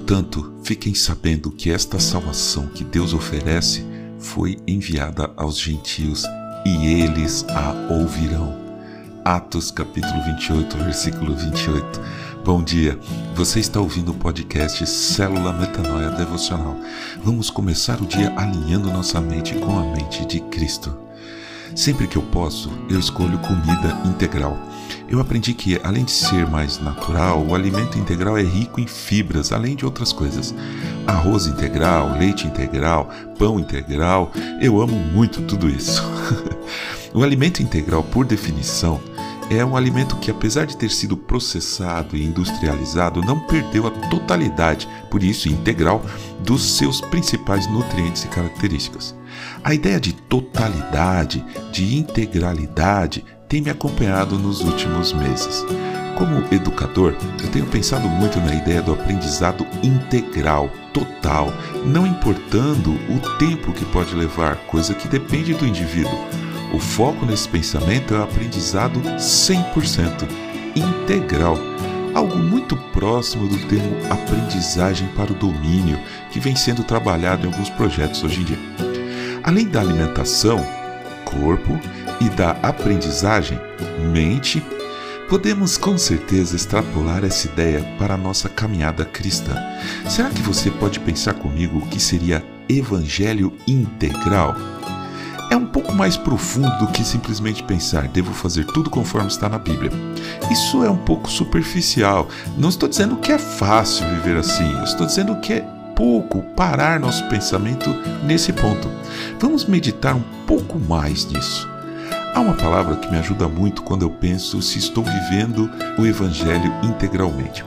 Portanto, fiquem sabendo que esta salvação que Deus oferece foi enviada aos gentios e eles a ouvirão. Atos capítulo 28, versículo 28. Bom dia, você está ouvindo o podcast Célula Metanoia Devocional. Vamos começar o dia alinhando nossa mente com a mente de Cristo. Sempre que eu posso, eu escolho comida integral. Eu aprendi que, além de ser mais natural, o alimento integral é rico em fibras, além de outras coisas. Arroz integral, leite integral, pão integral, eu amo muito tudo isso. O alimento integral, por definição, é um alimento que, apesar de ter sido processado e industrializado, não perdeu a totalidade, por isso integral, dos seus principais nutrientes e características. A ideia de totalidade, de integralidade, tem me acompanhado nos últimos meses. Como educador, eu tenho pensado muito na ideia do aprendizado integral, total, não importando o tempo que pode levar, coisa que depende do indivíduo. O foco nesse pensamento é o aprendizado 100% integral, algo muito próximo do termo aprendizagem para o domínio, que vem sendo trabalhado em alguns projetos hoje em dia. Além da alimentação, corpo, e da aprendizagem, mente, podemos com certeza extrapolar essa ideia para a nossa caminhada cristã. Será que você pode pensar comigo o que seria evangelho integral? É um pouco mais profundo do que simplesmente pensar, devo fazer tudo conforme está na Bíblia. Isso é um pouco superficial. Não estou dizendo que é fácil viver assim, eu estou dizendo que é pouco parar nosso pensamento nesse ponto. Vamos meditar um pouco mais nisso. Há uma palavra que me ajuda muito quando eu penso se estou vivendo o Evangelho integralmente.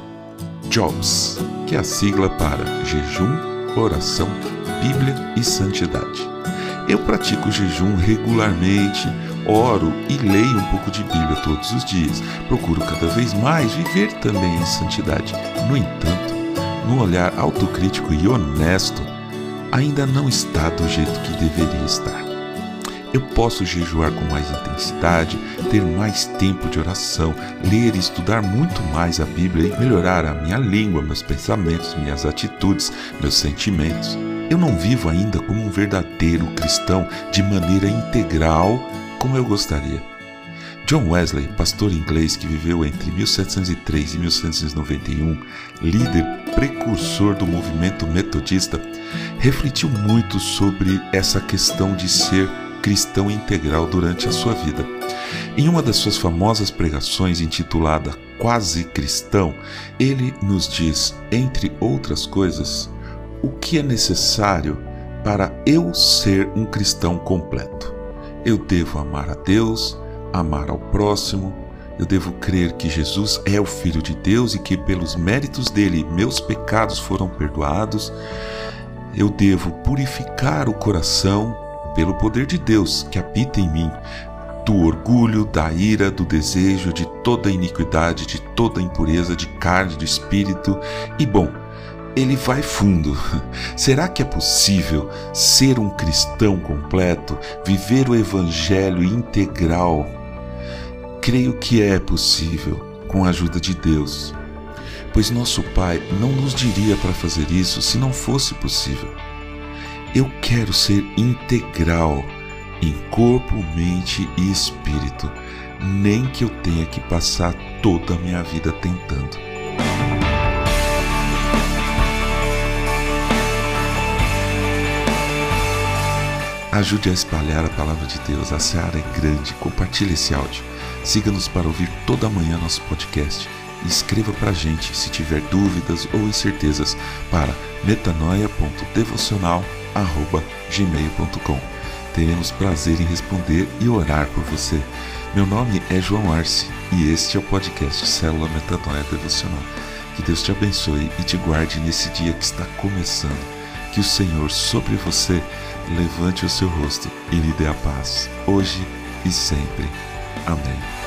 JOBS, que é a sigla para jejum, oração, Bíblia e santidade. Eu pratico jejum regularmente, oro e leio um pouco de Bíblia todos os dias. Procuro cada vez mais viver também em santidade. No entanto, no olhar autocrítico e honesto, ainda não está do jeito que deveria estar. Eu posso jejuar com mais intensidade, ter mais tempo de oração, ler e estudar muito mais a Bíblia e melhorar a minha língua, meus pensamentos, minhas atitudes, meus sentimentos. Eu não vivo ainda como um verdadeiro cristão de maneira integral como eu gostaria. John Wesley, pastor inglês que viveu entre 1703 e 1791, líder precursor do movimento metodista, refletiu muito sobre essa questão de ser cristão integral durante a sua vida. Em uma das suas famosas pregações intitulada Quase Cristão, ele nos diz, entre outras coisas, o que é necessário para eu ser um cristão completo. Eu devo amar a Deus, amar ao próximo, eu devo crer que Jesus é o Filho de Deus e que pelos méritos dele meus pecados foram perdoados. Eu devo purificar o coração pelo poder de Deus que habita em mim, do orgulho, da ira, do desejo, de toda iniquidade, de toda impureza, de carne, de espírito. E bom, ele vai fundo. Será que é possível ser um cristão completo, viver o evangelho integral? Creio que é possível, com a ajuda de Deus, pois nosso Pai não nos diria para fazer isso se não fosse possível. Eu quero ser integral em corpo, mente e espírito, nem que eu tenha que passar toda a minha vida tentando. Ajude a espalhar a palavra de Deus, a seara é grande, compartilhe esse áudio. Siga-nos para ouvir toda manhã nosso podcast. E escreva para a gente se tiver dúvidas ou incertezas para metanoia.devocional@gmail.com. Teremos prazer em responder e orar por você. Meu nome é João Arce e este é o podcast Célula Metanoia Devocional. Que Deus te abençoe e te guarde nesse dia que está começando. Que o Senhor sobre você levante o seu rosto e lhe dê a paz, hoje e sempre. Amém.